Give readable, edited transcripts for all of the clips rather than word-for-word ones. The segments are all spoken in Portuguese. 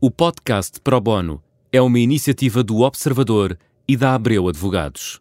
O podcast Pro Bono é uma iniciativa do Observador e da Abreu Advogados.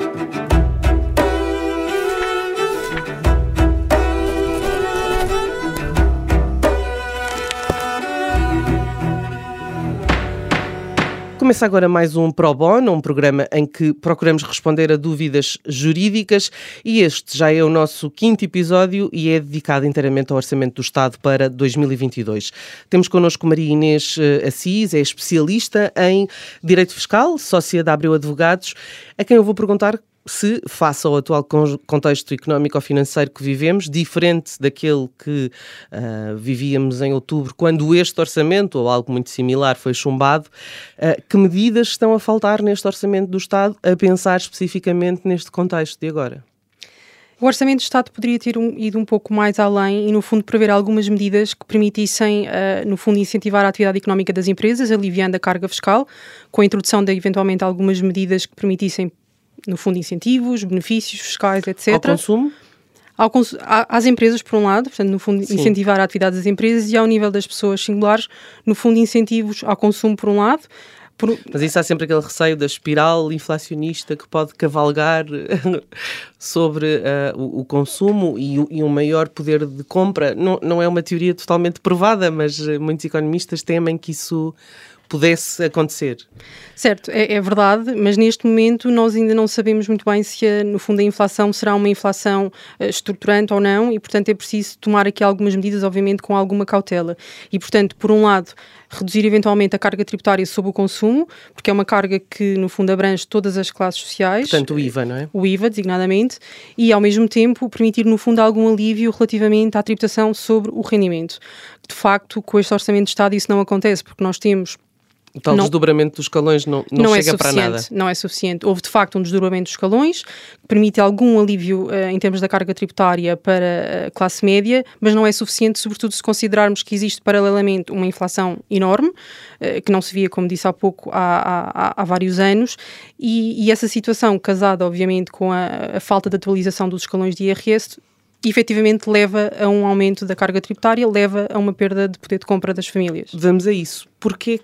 Começa agora mais um Pro Bono, um programa em que procuramos responder a dúvidas jurídicas, e este já é o nosso 5º episódio e é dedicado inteiramente ao Orçamento do Estado para 2022. Temos connosco Maria Inês Assis, é especialista em Direito Fiscal, sócia da Abreu Advogados, a quem eu vou perguntar se, face ao atual contexto económico-financeiro que vivemos, diferente daquele que vivíamos em outubro, quando este orçamento, ou algo muito similar, foi chumbado, que medidas estão a faltar neste orçamento do Estado, a pensar especificamente neste contexto de agora? O Orçamento do Estado poderia ter ido um pouco mais além e, no fundo, prever algumas medidas que permitissem, no fundo, incentivar a atividade económica das empresas, aliviando a carga fiscal, com a introdução de, eventualmente, algumas medidas que permitissem, no fundo, incentivos, benefícios fiscais, etc. Ao consumo? Às empresas, por um lado, portanto, no fundo, Sim. Incentivar a atividade das empresas, e ao nível das pessoas singulares, no fundo, incentivos ao consumo, por um lado. Mas isso há sempre aquele receio da espiral inflacionista que pode cavalgar sobre o consumo e um maior poder de compra. Não é uma teoria totalmente provada, mas muitos economistas temem que isso pudesse acontecer. Certo, é verdade, mas neste momento nós ainda não sabemos muito bem se, no fundo, a inflação será uma inflação estruturante ou não, e, portanto, é preciso tomar aqui algumas medidas, obviamente, com alguma cautela. E, portanto, por um lado, reduzir eventualmente a carga tributária sobre o consumo, porque é uma carga que, no fundo, abrange todas as classes sociais. Portanto, o IVA, não é? O IVA, designadamente, e, ao mesmo tempo, permitir, no fundo, algum alívio relativamente à tributação sobre o rendimento. De facto, com este Orçamento de Estado isso não acontece, porque nós temos... O tal desdobramento dos escalões não chega para nada. Não é suficiente. Houve, de facto, um desdobramento dos escalões, que permite algum alívio em termos da carga tributária para a classe média, mas não é suficiente, sobretudo se considerarmos que existe paralelamente uma inflação enorme, que não se via, como disse há pouco, há vários anos, e essa situação, casada, obviamente, com a falta de atualização dos escalões de IRS, efetivamente leva a um aumento da carga tributária, leva a uma perda de poder de compra das famílias. Vamos a isso. Porquê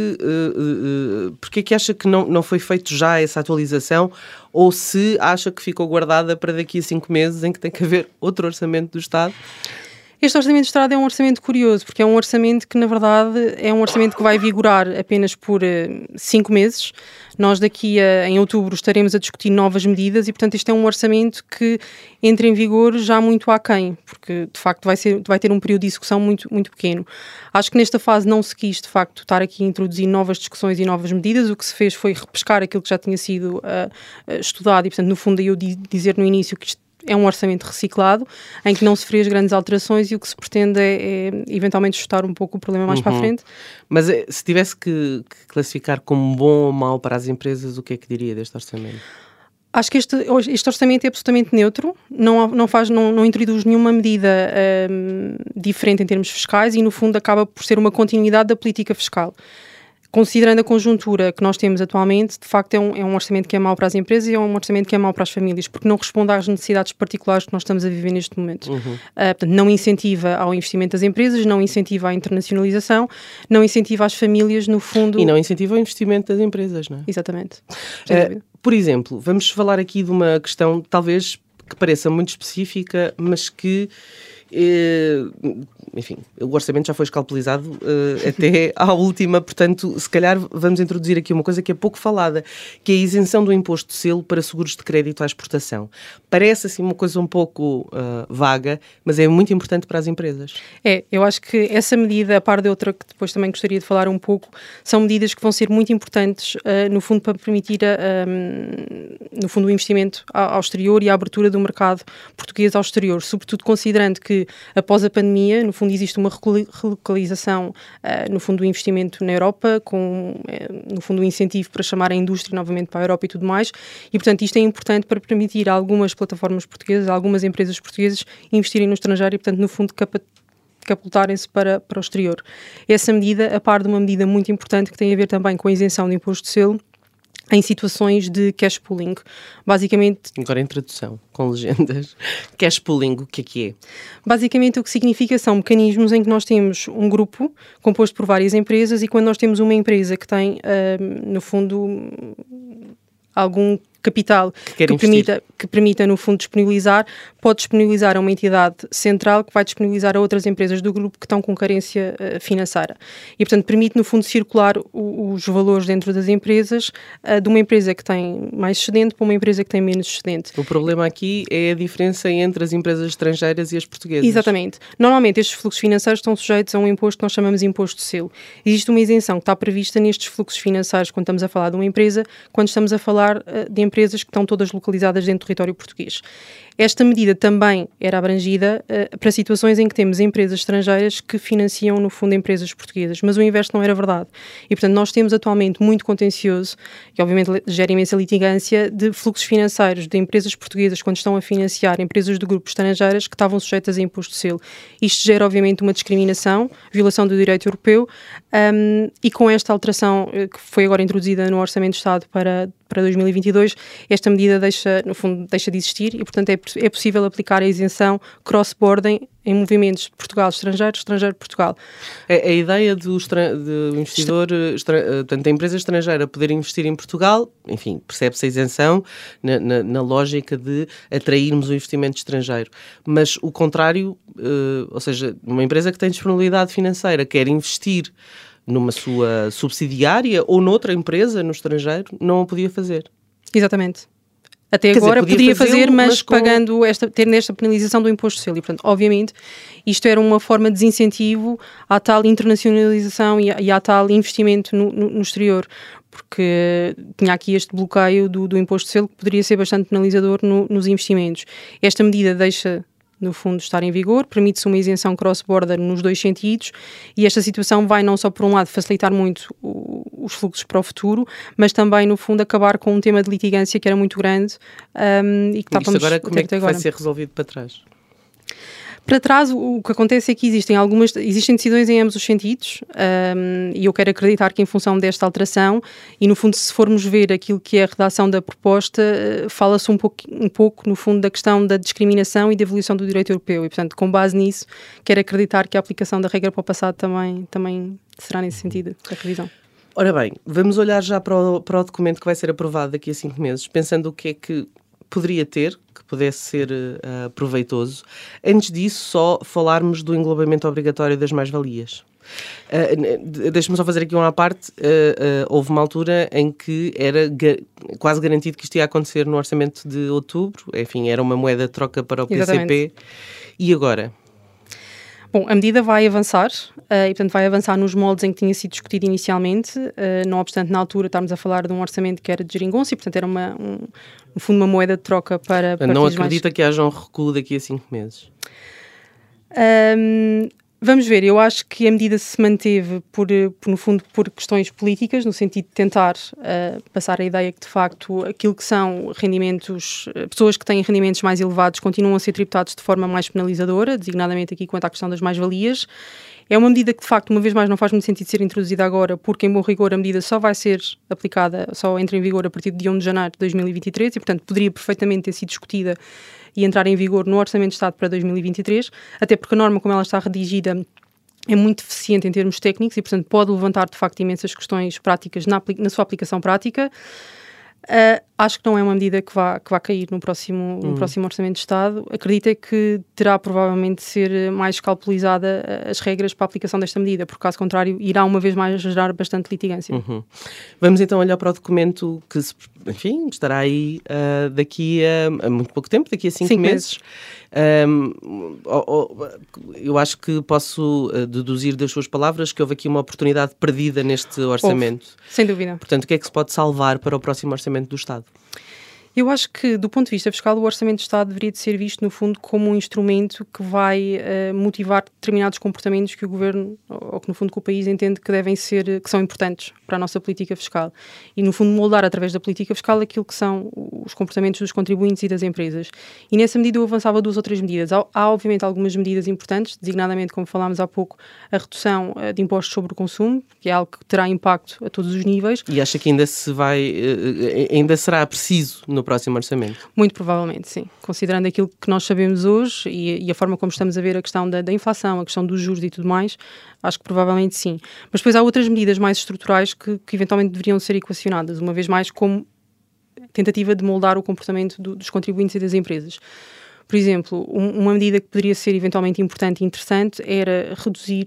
que acha que não foi feito já essa atualização, ou se acha que ficou guardada para daqui a 5 meses em que tem que haver outro orçamento do Estado? Este Orçamento de Estado é um orçamento curioso, porque é um orçamento que, na verdade, é um orçamento que vai vigorar apenas por 5 meses. Nós em outubro estaremos a discutir novas medidas e, portanto, este é um orçamento que entra em vigor já muito aquém, porque, de facto, vai ter um período de execução muito, muito pequeno. Acho que nesta fase não se quis, de facto, estar aqui a introduzir novas discussões e novas medidas. O que se fez foi repescar aquilo que já tinha sido estudado e, portanto, no fundo, eu dizer no início que isto é um orçamento reciclado, em que não se fez grandes alterações, e o que se pretende é eventualmente ajustar um pouco o problema mais para a frente. Mas se tivesse que classificar como bom ou mau para as empresas, o que é que diria deste orçamento? Acho que este orçamento é absolutamente neutro, não introduz nenhuma medida diferente em termos fiscais e, no fundo, acaba por ser uma continuidade da política fiscal. Considerando a conjuntura que nós temos atualmente, de facto é um orçamento que é mau para as empresas e é um orçamento que é mau para as famílias, porque não responde às necessidades particulares que nós estamos a viver neste momento. Portanto, não incentiva ao investimento das empresas, não incentiva à internacionalização, não incentiva as famílias, no fundo... E não incentiva o investimento das empresas, não é? Exatamente. Por exemplo, vamos falar aqui de uma questão, talvez, que pareça muito específica, mas que... enfim, o orçamento já foi escalpelizado até à última, portanto, se calhar vamos introduzir aqui uma coisa que é pouco falada, que é a isenção do imposto de selo para seguros de crédito à exportação. Parece assim uma coisa um pouco vaga, mas é muito importante para as empresas. Eu acho que essa medida, a par de outra que depois também gostaria de falar um pouco, são medidas que vão ser muito importantes, no fundo, para permitir no fundo, o investimento ao exterior e a abertura do mercado português ao exterior, sobretudo considerando que após a pandemia, no fundo, existe uma relocalização, no fundo, do investimento na Europa, com, no fundo, um incentivo para chamar a indústria novamente para a Europa e tudo mais, e, portanto, isto é importante para permitir a algumas plataformas portuguesas, a algumas empresas portuguesas investirem no estrangeiro e, portanto, no fundo, catapultarem-se para o exterior. Essa medida, a par de uma medida muito importante que tem a ver também com a isenção do imposto de selo, em situações de cash pooling. Basicamente... Agora em tradução, com legendas. Cash pooling, o que é? Basicamente o que significa são mecanismos em que nós temos um grupo composto por várias empresas e quando nós temos uma empresa que tem, no fundo, algum capital que permita, no fundo, disponibilizar, pode disponibilizar a uma entidade central que vai disponibilizar a outras empresas do grupo que estão com carência financeira. E, portanto, permite, no fundo, circular os valores dentro das empresas de uma empresa que tem mais excedente para uma empresa que tem menos excedente. O problema aqui é a diferença entre as empresas estrangeiras e as portuguesas. Exatamente. Normalmente, estes fluxos financeiros estão sujeitos a um imposto que nós chamamos de imposto de selo. Existe uma isenção que está prevista nestes fluxos financeiros quando estamos a falar de uma empresa, quando estamos a falar de empresas que estão todas localizadas dentro do território português. Esta medida também era abrangida para situações em que temos empresas estrangeiras que financiam, no fundo, empresas portuguesas, mas o inverso não era verdade. E, portanto, nós temos atualmente muito contencioso, e obviamente gera imensa litigância, de fluxos financeiros de empresas portuguesas quando estão a financiar empresas de grupos estrangeiras que estavam sujeitas a imposto de selo. Isto gera, obviamente, uma discriminação, violação do direito europeu, e com esta alteração que foi agora introduzida no Orçamento de Estado para 2022, esta medida deixa de existir e, portanto, é possível aplicar a isenção cross-border em movimentos de Portugal-estrangeiro, estrangeiro-Portugal. A ideia do investidor, portanto, a empresa estrangeira poder investir em Portugal, enfim, percebe-se a isenção na lógica de atrairmos o investimento estrangeiro. Mas o contrário, ou seja, uma empresa que tem disponibilidade financeira quer investir numa sua subsidiária ou noutra empresa no estrangeiro, não o podia fazer. Exatamente. Até agora poderia fazer, mas pagando tendo esta penalização do imposto de selo. E, portanto, obviamente, isto era uma forma de desincentivo à tal internacionalização e à tal investimento no exterior, porque tinha aqui este bloqueio do imposto de selo que poderia ser bastante penalizador nos investimentos. Esta medida deixa, no fundo, estar em vigor, permite-se uma isenção cross-border nos dois sentidos e esta situação vai não só, por um lado, facilitar muito os fluxos para o futuro, mas também, no fundo, acabar com um tema de litigância que era muito grande e que estávamos agora como é que vai ser resolvido para trás? Para trás, o que acontece é que existem decisões em ambos os sentidos e eu quero acreditar que em função desta alteração e, no fundo, se formos ver aquilo que é a redação da proposta, fala-se um pouco, no fundo, da questão da discriminação e da evolução do direito europeu e, portanto, com base nisso, quero acreditar que a aplicação da regra para o passado também será nesse sentido, a revisão. Ora bem, vamos olhar já para o documento que vai ser aprovado daqui a 5 meses, pensando o que é que poderia ter, que pudesse ser proveitoso. Antes disso, só falarmos do englobamento obrigatório das mais-valias. Deixa-me só fazer aqui uma à parte. Houve uma altura em que era quase garantido que isto ia acontecer no orçamento de outubro. Enfim, era uma moeda de troca para o PCP. Exatamente. E agora? Bom, a medida vai avançar e, portanto, vai avançar nos moldes em que tinha sido discutido inicialmente, não obstante, na altura, estávamos a falar de um orçamento que era de geringonça e, portanto, era, no fundo, uma moeda de troca para não acredita que haja um recuo daqui a 5 meses? Vamos ver, eu acho que a medida se manteve, no fundo, por questões políticas, no sentido de tentar passar a ideia que, de facto, aquilo que são rendimentos, pessoas que têm rendimentos mais elevados continuam a ser tributados de forma mais penalizadora, designadamente aqui quanto à questão das mais-valias. É uma medida que, de facto, uma vez mais não faz muito sentido ser introduzida agora, porque, em bom rigor, a medida só vai ser aplicada, só entra em vigor a partir de dia 1 de janeiro de 2023 e, portanto, poderia perfeitamente ter sido discutida e entrar em vigor no Orçamento de Estado para 2023, até porque a norma, como ela está redigida, é muito eficiente em termos técnicos e, portanto, pode levantar, de facto, imensas questões práticas na sua aplicação prática. Acho que não é uma medida que vá cair no próximo Orçamento de Estado. Acredito que terá provavelmente de ser mais calculizada as regras para a aplicação desta medida, porque, caso contrário, irá uma vez mais gerar bastante litigância. Vamos então olhar para o documento que, enfim, estará aí daqui a muito pouco tempo, daqui a 5 meses. Eu acho que posso deduzir das suas palavras que houve aqui uma oportunidade perdida neste orçamento. Sem dúvida. Portanto, o que é que se pode salvar para o próximo orçamento do Estado? Eu acho que, do ponto de vista fiscal, o Orçamento de Estado deveria de ser visto, no fundo, como um instrumento que vai motivar determinados comportamentos que o Governo, ou que, no fundo, que o país entende que devem ser, que são importantes para a nossa política fiscal. E, no fundo, moldar, através da política fiscal, aquilo que são os comportamentos dos contribuintes e das empresas. E, nessa medida, eu avançava 2 ou 3 medidas. Há, obviamente, algumas medidas importantes, designadamente, como falámos há pouco, a redução de impostos sobre o consumo, que é algo que terá impacto a todos os níveis. E acha que ainda será preciso no próximo orçamento? Muito provavelmente, sim. Considerando aquilo que nós sabemos hoje e a forma como estamos a ver a questão da inflação, a questão dos juros e tudo mais, acho que provavelmente sim. Mas depois há outras medidas mais estruturais que eventualmente deveriam ser equacionadas, uma vez mais como tentativa de moldar o comportamento dos contribuintes e das empresas. Por exemplo, uma medida que poderia ser eventualmente importante e interessante era reduzir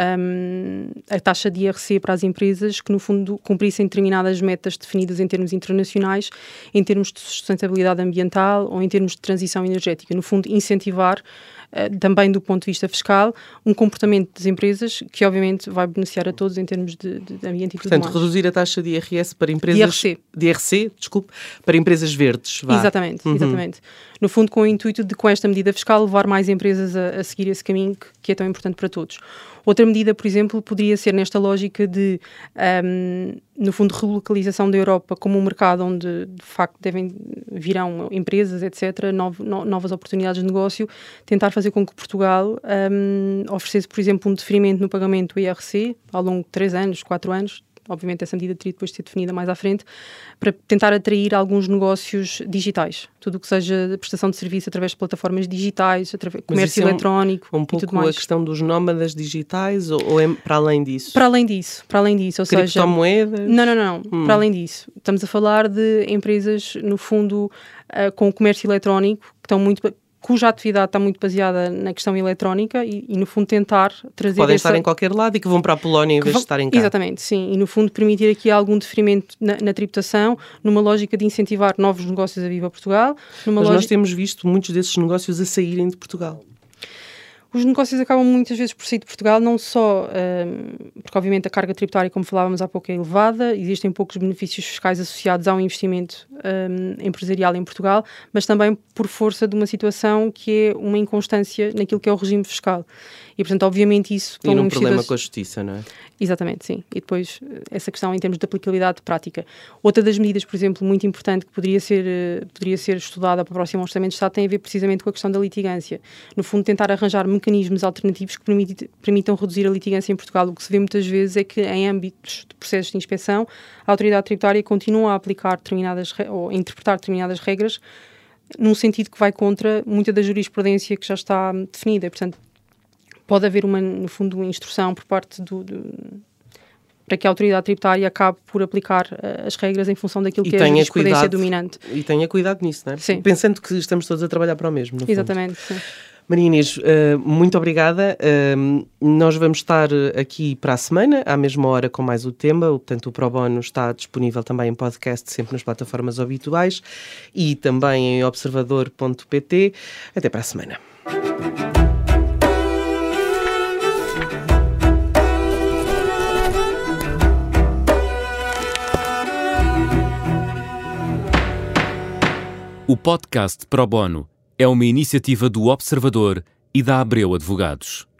a taxa de IRC para as empresas que, no fundo, cumprissem determinadas metas definidas em termos internacionais, em termos de sustentabilidade ambiental ou em termos de transição energética. No fundo, incentivar também do ponto de vista fiscal, um comportamento das empresas que obviamente vai beneficiar a todos em termos de ambiente e tudo mais. Portanto, reduzir a taxa de IRS para empresas... De IRC, para empresas verdes. Vá. Exatamente, exatamente. No fundo, com o intuito de, com esta medida fiscal, levar mais empresas a seguir esse caminho que é tão importante para todos. Outra medida, por exemplo, poderia ser nesta lógica de, no fundo, relocalização da Europa como um mercado onde, de facto, virão empresas, etc., novas oportunidades de negócio, tentar fazer com que Portugal oferecesse, por exemplo, um deferimento no pagamento do IRC ao longo de 3 anos, 4 anos, obviamente essa medida teria depois de ser definida mais à frente, para tentar atrair alguns negócios digitais. Tudo o que seja prestação de serviço através de plataformas digitais, comércio eletrónico um pouco e tudo mais. A questão dos nómadas digitais ou é para além disso? Para além disso. Ou seja, criptomoedas? Não. Para além disso. Estamos a falar de empresas, no fundo, com comércio eletrónico, que estão cuja atividade está muito baseada na questão eletrónica e no fundo, tentar trazer... Podem estar em qualquer lado e que vão para a Polónia em vez de estarem cá. Exatamente, sim. E, no fundo, permitir aqui algum deferimento na tributação, numa lógica de incentivar novos negócios a Viva Portugal. Nós temos visto muitos desses negócios a saírem de Portugal. Os negócios acabam muitas vezes por sair de Portugal, não só porque, obviamente, a carga tributária, como falávamos há pouco, é elevada, existem poucos benefícios fiscais associados ao investimento empresarial em Portugal, mas também por força de uma situação que é uma inconstância naquilo que é o regime fiscal. E, portanto, obviamente isso... E num problema com a justiça, não é? Exatamente, sim. E depois essa questão em termos de aplicabilidade prática. Outra das medidas, por exemplo, muito importante que poderia ser estudada para o próximo Orçamento de Estado tem a ver precisamente com a questão da litigância. No fundo, tentar arranjar mecanismos alternativos que permitam reduzir a litigância em Portugal. O que se vê muitas vezes é que, em âmbitos de processos de inspeção, a autoridade tributária continua a aplicar ou a interpretar determinadas regras num sentido que vai contra muita da jurisprudência que já está definida. Portanto, pode haver, no fundo, uma instrução por parte para que a autoridade tributária acabe por aplicar as regras em função daquilo que é a jurisprudência dominante. E tenha cuidado nisso, não é? Sim. Pensando que estamos todos a trabalhar para o mesmo, no Exatamente, fundo. Sim. Maria Inês, muito obrigada. Nós vamos estar aqui para a semana, à mesma hora, com mais o tema. Portanto, o Pro Bono está disponível também em podcast, sempre nas plataformas habituais e também em observador.pt. Até para a semana. O podcast Pro Bono é uma iniciativa do Observador e da Abreu Advogados.